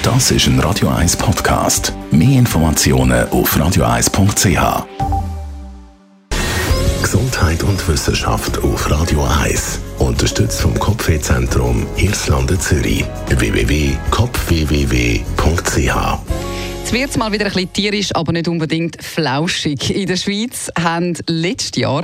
Das ist ein Radio 1 Podcast. Mehr Informationen auf radio1.ch. Gesundheit und Wissenschaft auf Radio 1. Unterstützt vom Kopfwehzentrum Irlande Zürich. www.kopfwww.ch. Jetzt wird es mal wieder ein bisschen tierisch, aber nicht unbedingt flauschig. In der Schweiz haben letztes Jahr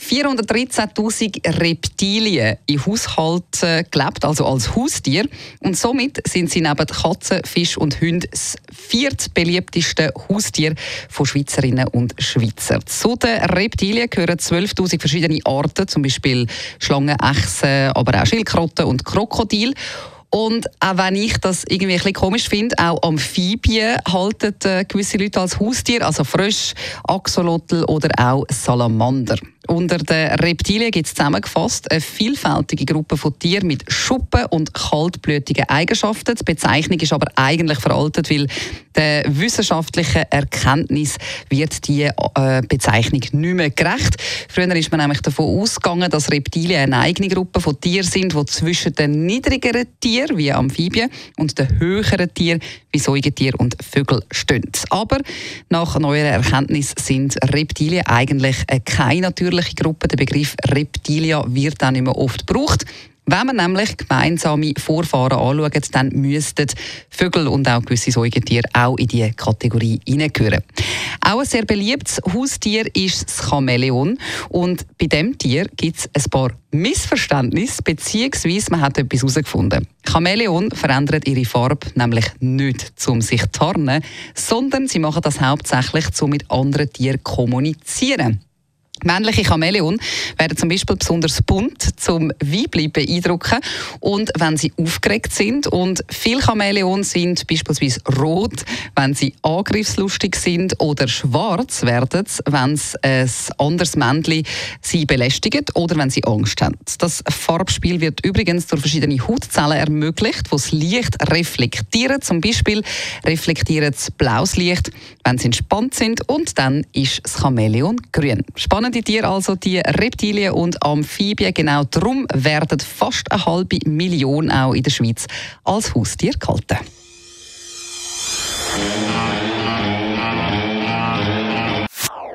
413'000 Reptilien in Haushalten gelebt, also als Haustier. Und somit sind sie neben Katzen, Fisch und Hunden das viertbeliebteste Haustier von Schweizerinnen und Schweizern. Zu den Reptilien gehören 12'000 verschiedene Arten, zum Beispiel Schlangen, Echsen, aber auch Schildkröten und Krokodil. Und auch wenn ich das irgendwie ein bisschen komisch finde, auch Amphibien halten gewisse Leute als Haustier, also Frösche, Axolotl oder auch Salamander. Unter den Reptilien gibt es zusammengefasst eine vielfältige Gruppe von Tieren mit Schuppen- und kaltblütigen Eigenschaften. Die Bezeichnung ist aber eigentlich veraltet, weil der wissenschaftlichen Erkenntnis wird die Bezeichnung nicht mehr gerecht. Früher ist man nämlich davon ausgegangen, dass Reptilien eine eigene Gruppe von Tieren sind, die zwischen den niedrigeren Tieren wie Amphibien und den höheren Tieren wie Säugetiere und Vögel stehen. Aber nach neuer Erkenntnis sind Reptilien eigentlich keine natürliche Gruppe. Der Begriff Reptilia wird dann nicht mehr oft gebraucht. Wenn man nämlich gemeinsame Vorfahren anschaut, dann müssten Vögel und auch gewisse Säugetiere auch in diese Kategorie hineingehören. Auch ein sehr beliebtes Haustier ist das Chamäleon. Und bei diesem Tier gibt es ein paar Missverständnisse, beziehungsweise man hat etwas herausgefunden. Chamäleon verändern ihre Farbe nämlich nicht, um sich zu tarnen, sondern sie machen das hauptsächlich, um mit anderen Tieren zu kommunizieren. Männliche Chamäleon werden zum Beispiel besonders bunt zum Weibchen beeindrucken und wenn sie aufgeregt sind. Und viele Chamäleon sind beispielsweise rot, wenn sie angriffslustig sind, oder schwarz werden, wenn ein anderes Männchen sie belästigt oder wenn sie Angst haben. Das Farbspiel wird übrigens durch verschiedene Hautzellen ermöglicht, die das Licht reflektieren. Zum Beispiel reflektiert das blaues Licht, wenn sie entspannt sind, und dann ist das Chamäleon grün. Spannende Tiere also, die Reptilien und Amphibien. Genau darum werden fast 500'000 auch in der Schweiz als Haustier gehalten.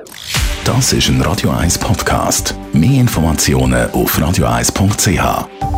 Das ist ein Radio 1 Podcast. Mehr Informationen auf radio1.ch.